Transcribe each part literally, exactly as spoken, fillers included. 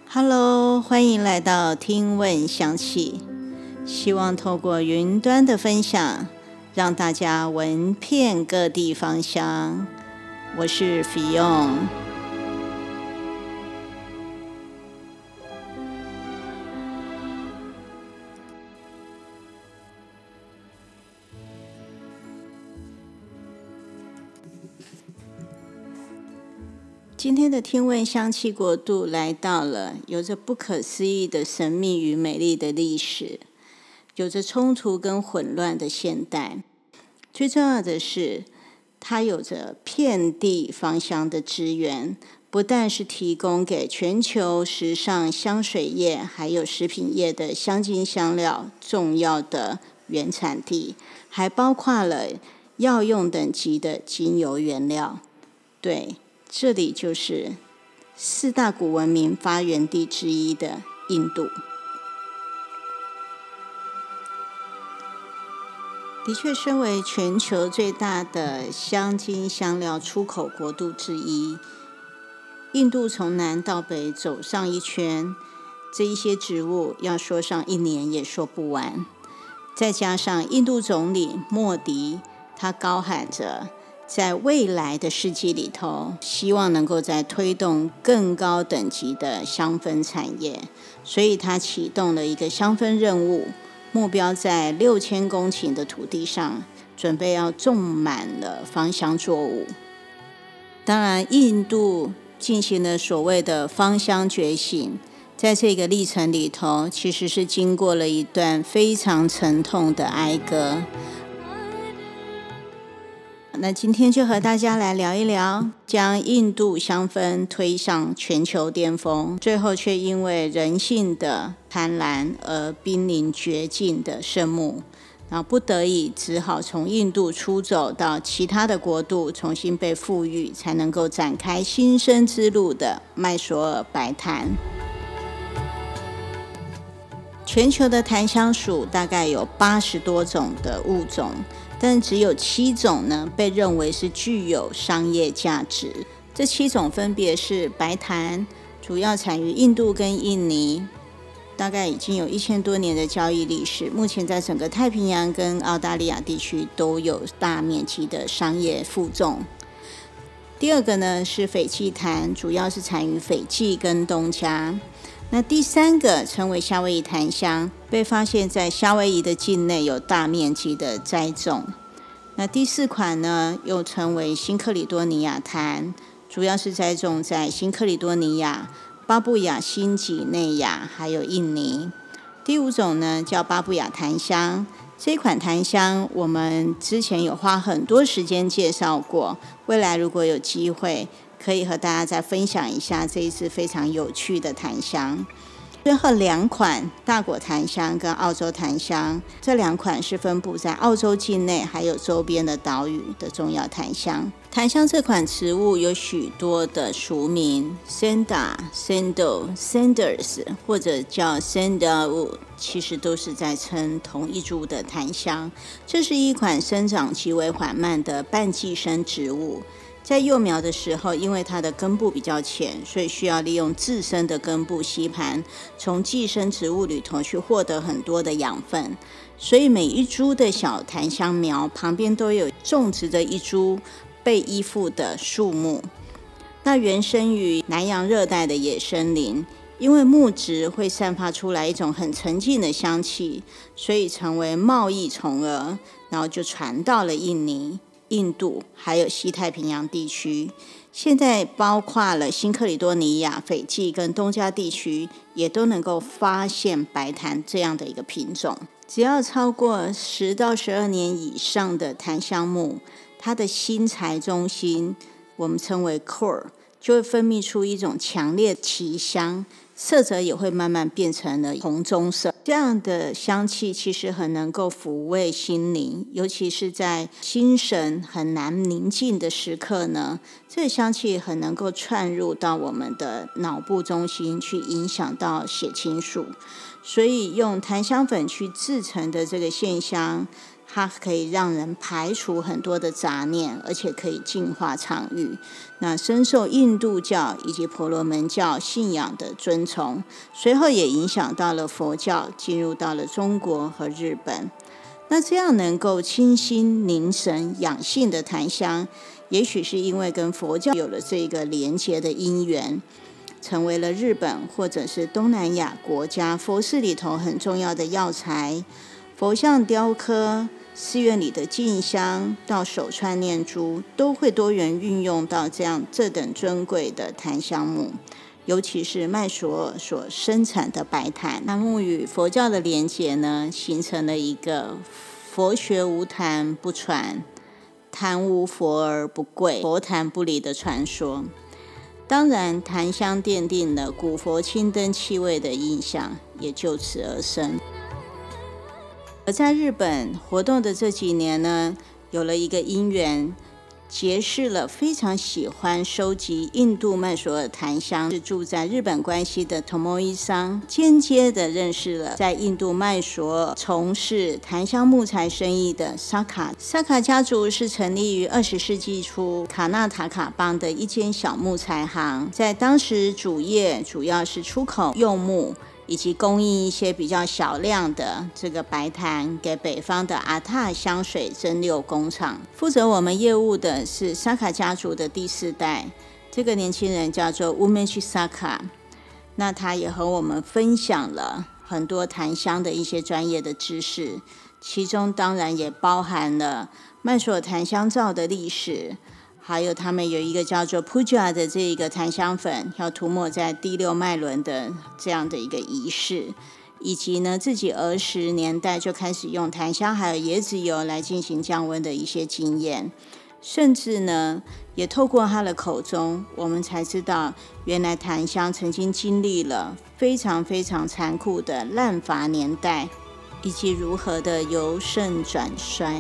Hello， 欢迎来到听闻香气，希望透过云端的分享，让大家闻遍各地芳香。我是 Fion。今天的听闻香气国度来到了有着不可思议的神秘与美丽的历史，有着冲突跟混乱的现代。最重要的是，它有着遍地芳香的资源，不但是提供给全球时尚香水业还有食品业的香精香料重要的原产地，还包括了药用等级的精油原料。对，这里就是四大古文明发源地之一的印度。的确，身为全球最大的香精香料出口国度之一，印度从南到北走上一圈，这一些植物要说上一年也说不完。再加上印度总理莫迪，他高喊着在未来的世纪里头，希望能够在推动更高等级的香氛产业，所以他启动了一个香氛任务，目标在六千公顷的土地上，准备要种满了芳香作物。当然，印度进行了所谓的芳香觉醒，在这个历程里头，其实是经过了一段非常沉痛的哀歌。那今天就和大家来聊一聊，将印度香氛推上全球巅峰，最后却因为人性的贪婪而濒临绝境的圣木，然后不得已只好从印度出走到其他的国度，重新被赋予，才能够展开新生之路的麦索尔白檀。全球的檀香属大概有八十多种的物种，但只有七种呢被认为是具有商业价值。这七种分别是白檀，主要产于印度跟印尼，大概已经有一千多年的交易历史，目前在整个太平洋跟澳大利亚地区都有大面积的商业附种。第二个呢是斐济檀，主要是产于斐济跟东加。那第三个称为夏威夷檀香，被发现在夏威夷的境内有大面积的栽种。那第四款呢又称为新克里多尼亚檀，主要是栽种在新克里多尼亚、巴布亚新几内亚还有印尼。第五种呢叫巴布亚檀香，这款檀香我们之前有花很多时间介绍过，未来如果有机会可以和大家再分享一下这一支非常有趣的檀香。最后两款大果檀香跟澳洲檀香，这两款是分布在澳洲境内还有周边的岛屿的重要檀香。檀香这款植物有许多的俗名 Senda、Sandal、Sanders 或者叫 Sandalwood， 其实都是在称同一株的檀香。这是一款生长极为缓慢的半寄生植物，在幼苗的时候，因为它的根部比较浅，所以需要利用自身的根部吸盘，从寄生植物里头去获得很多的养分。所以每一株的小檀香苗旁边都有种植着一株被依附的树木。那原生于南洋热带的野生林，因为木质会散发出来一种很沉静的香气，所以成为贸易宠儿，然后就传到了印尼、印度还有西太平洋地区。现在包括了新克里多尼亚、斐济跟东加地区，也都能够发现白檀这样的一个品种。只要超过十到十二年以上的檀香木，它的心材中心我们称为 core， 就会分泌出一种强烈奇香，色泽也会慢慢变成了红棕色。这样的香气其实很能够抚慰心灵，尤其是在心神很难宁静的时刻呢，这个香气很能够串入到我们的脑部中心，去影响到血清素。所以用檀香粉去制成的这个线香， 它可以让人排除很多的杂念，而且可以净化场域。那深受印度教以及婆罗门教信仰的尊崇，随后也影响到了佛教，进入到了中国和日本。那这样能够清心凝神养性的檀香，也许是因为跟佛教有了这个连结的因缘，成为了日本或者是东南亚国家佛寺里头很重要的药材。佛像雕刻、寺院里的进香到手串念珠，都会多元运用到这样这等尊贵的檀香木，尤其是麦索尔所生产的白檀。檀木与佛教的连结呢，形成了一个佛学无檀不传，檀无佛而不贵，佛檀不离的传说。当然，檀香奠定了古佛青灯气味的印象，也就此而生。而在日本活动的这几年呢，有了一个因缘，结识了非常喜欢收集印度麦索尔檀香，是住在日本关西的 Tomoe 桑，间接的认识了在印度麦索尔从事檀香木材生意的萨卡。萨卡家族是成立于二十世纪初卡纳塔卡邦的一间小木材行，在当时主业主要是出口柚木，以及供应一些比较小量的这个白檀给北方的阿塔香水蒸馏工厂。负责我们业务的是萨卡家族的第四代，这个年轻人叫做 Umechi Saka。 那他也和我们分享了很多檀香的一些专业的知识，其中当然也包含了麦索尔檀香皂的历史，还有他们有一个叫做 Puja 的这一个檀香粉，要涂抹在第六脉轮的这样的一个仪式，以及呢自己儿时年代就开始用檀香还有椰子油来进行降温的一些经验。甚至呢也透过他的口中，我们才知道原来檀香曾经经历了非常非常残酷的滥伐年代，以及如何的由盛转衰。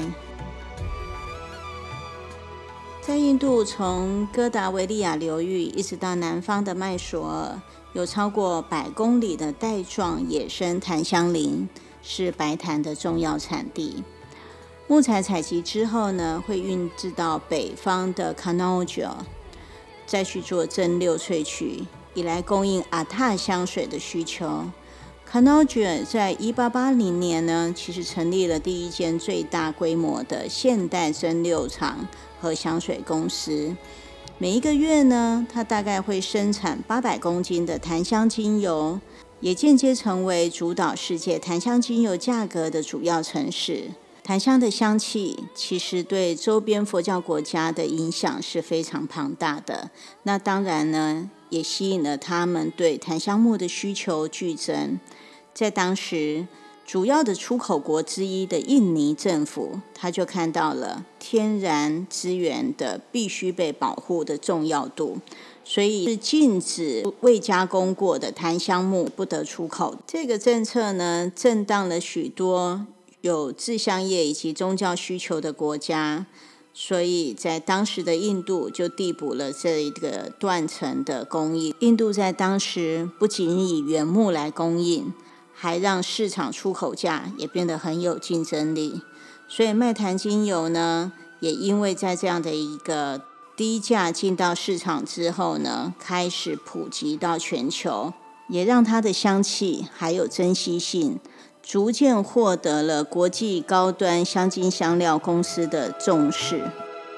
在印度，从哥达维利亚流域一直到南方的麦索尔，有超过百公里的带状野生檀香林，是白檀的重要产地。木材采集之后呢，会运至到北方的 Kannauj， 再去做蒸馏萃取，以来供应阿塔香水的需求。Kannauj 在一八八零年呢，其实成立了第一间最大规模的现代蒸馏厂和香水公司。每一个月呢，它大概会生产八百公斤的檀香精油，也间接成为主导世界檀香精油价格的主要城市。檀香的香气其实对周边佛教国家的影响是非常庞大的，那当然呢，也吸引了他们对檀香木的需求剧增。在当时主要的出口国之一的印尼政府，他就看到了天然资源的必须被保护的重要度，所以是禁止未加工过的檀香木不得出口。这个政策呢，震荡了许多有制香业以及宗教需求的国家，所以在当时的印度就递补了这个断层的供应。印度在当时不仅以原木来供应，还让市场出口价也变得很有竞争力。所以麦檀精油呢，也因为在这样的一个低价进到市场之后呢，开始普及到全球，也让它的香气还有珍稀性逐渐获得了国际高端香精香料公司的重视。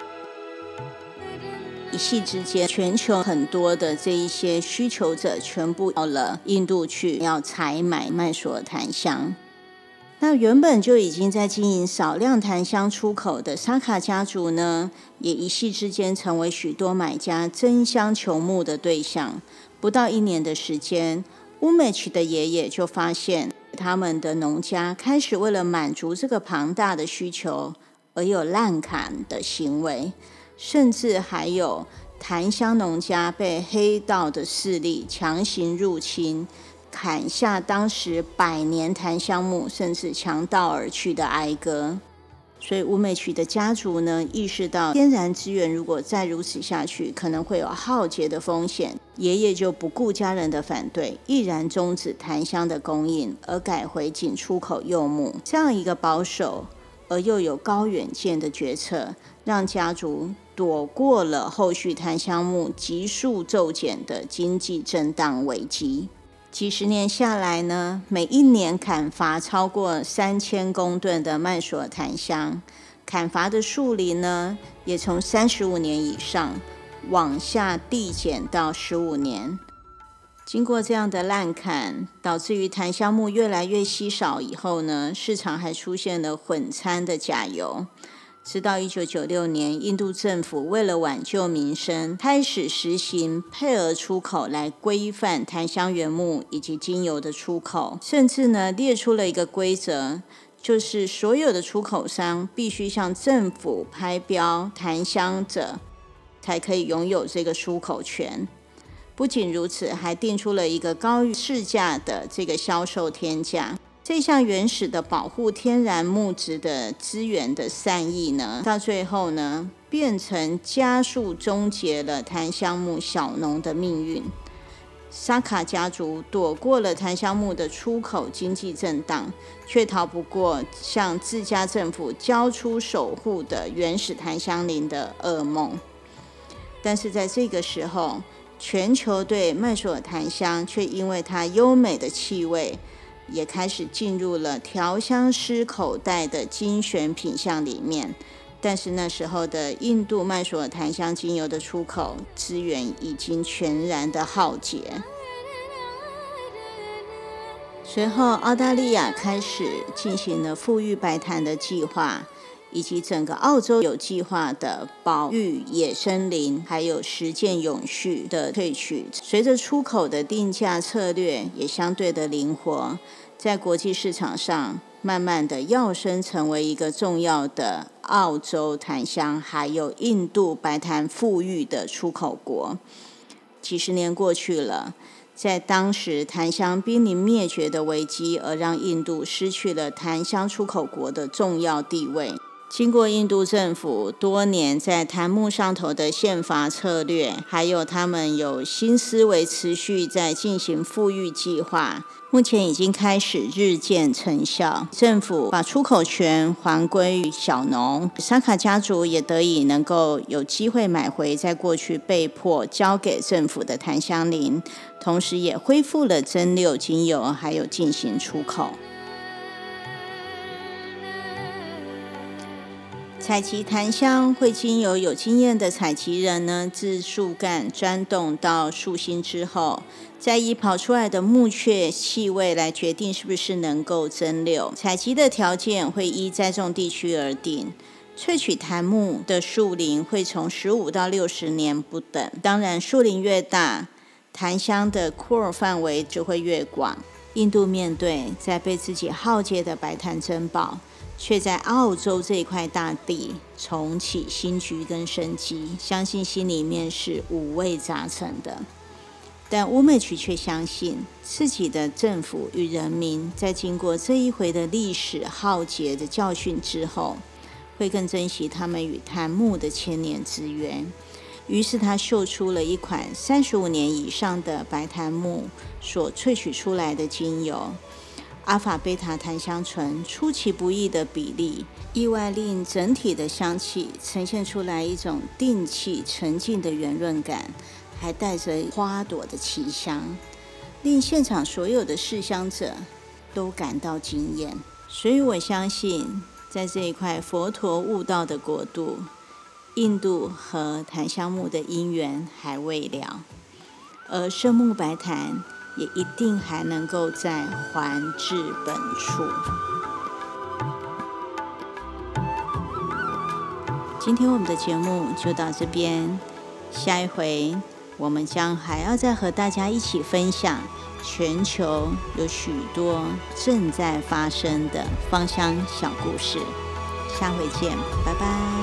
一夕之间，全球很多的这一些需求者全部到了印度去，要采买麦索尔檀香。那原本就已经在经营少量檀香出口的萨卡家族呢，也一夕之间成为许多买家争相求木的对象。不到一年的时间，乌美奇的爷爷就发现他们的农家开始为了满足这个庞大的需求而有滥砍的行为，甚至还有檀香农家被黑道的势力强行入侵，砍下当时百年檀香木，甚至强盗而去的哀歌。所以乌美曲的家族呢，意识到天然资源如果再如此下去，可能会有浩劫的风险。爷爷就不顾家人的反对，毅然终止檀香的供应，而改回仅出口柚木。这样一个保守而又有高远见的决策，让家族躲过了后续檀香木急速骤减的经济震荡危机。几十年下来呢，每一年砍伐超过三千公吨的麦索檀香，砍伐的树林呢，也从三十五年以上往下递减到十五年。经过这样的滥砍，导致于檀香木越来越稀少以后呢，市场还出现了混掺的假油。直到一九九六年，印度政府为了挽救民生，开始实行配额出口来规范檀香原木以及精油的出口，甚至呢列出了一个规则，就是所有的出口商必须向政府拍标檀香者，才可以拥有这个出口权。不仅如此，还定出了一个高于市价的这个销售天价。这项原始的保护天然木质的资源的善意呢，到最后呢，变成加速终结了檀香木小农的命运。沙卡家族躲过了檀香木的出口经济震荡，却逃不过向自家政府交出守护的原始檀香林的噩梦。但是在这个时候，全球对麦索尔檀香却因为它优美的气味，也开始进入了调香师口袋的精选品项里面。但是那时候的印度麦索尔檀香精油的出口资源已经全然的耗竭。随后澳大利亚开始进行了富裕白檀的计划，以及整个澳洲有计划的保育野生林，还有实践永续的萃取。随着出口的定价策略也相对的灵活，在国际市场上慢慢的跃升成为一个重要的澳洲檀香还有印度白檀富裕的出口国。几十年过去了，在当时檀香濒临灭绝的危机，而让印度失去了檀香出口国的重要地位。经过印度政府多年在檀木上头的限伐策略，还有他们有新思维持续在进行富裕计划，目前已经开始日渐成效。政府把出口权还归于小农，沙卡家族也得以能够有机会买回在过去被迫交给政府的檀香林，同时也恢复了蒸馏精油，还有进行出口。采集檀香会经由有经验的采集人呢，自树干钻洞到树心之后，再以跑出来的木屑气味来决定是不是能够蒸馏。采集的条件会依栽种地区而定，萃取檀木的树龄会从十五到六十年不等。当然，树龄越大，檀香的扩尔范围就会越广。印度面对在被自己浩劫的白檀珍宝，却在澳洲这块大地重启新局跟生机，相信心里面是五味杂陈的。但乌美曲却相信自己的政府与人民在经过这一回的历史浩劫的教训之后，会更珍惜他们与檀木的千年之缘。于是他秀出了一款三十五年以上的白檀木所萃取出来的精油，阿法贝塔檀香醇出其不意的比例，意外令整体的香气呈现出来一种定气沉静的圆润感，还带着花朵的奇香，令现场所有的试香者都感到惊艳。所以我相信，在这一块佛陀悟道的国度，印度和檀香木的因缘还未了，而圣木白檀也一定还能够再还至本处。今天我们的节目就到这边，下一回我们将还要再和大家一起分享全球有许多正在发生的芳香小故事。下回见，拜拜。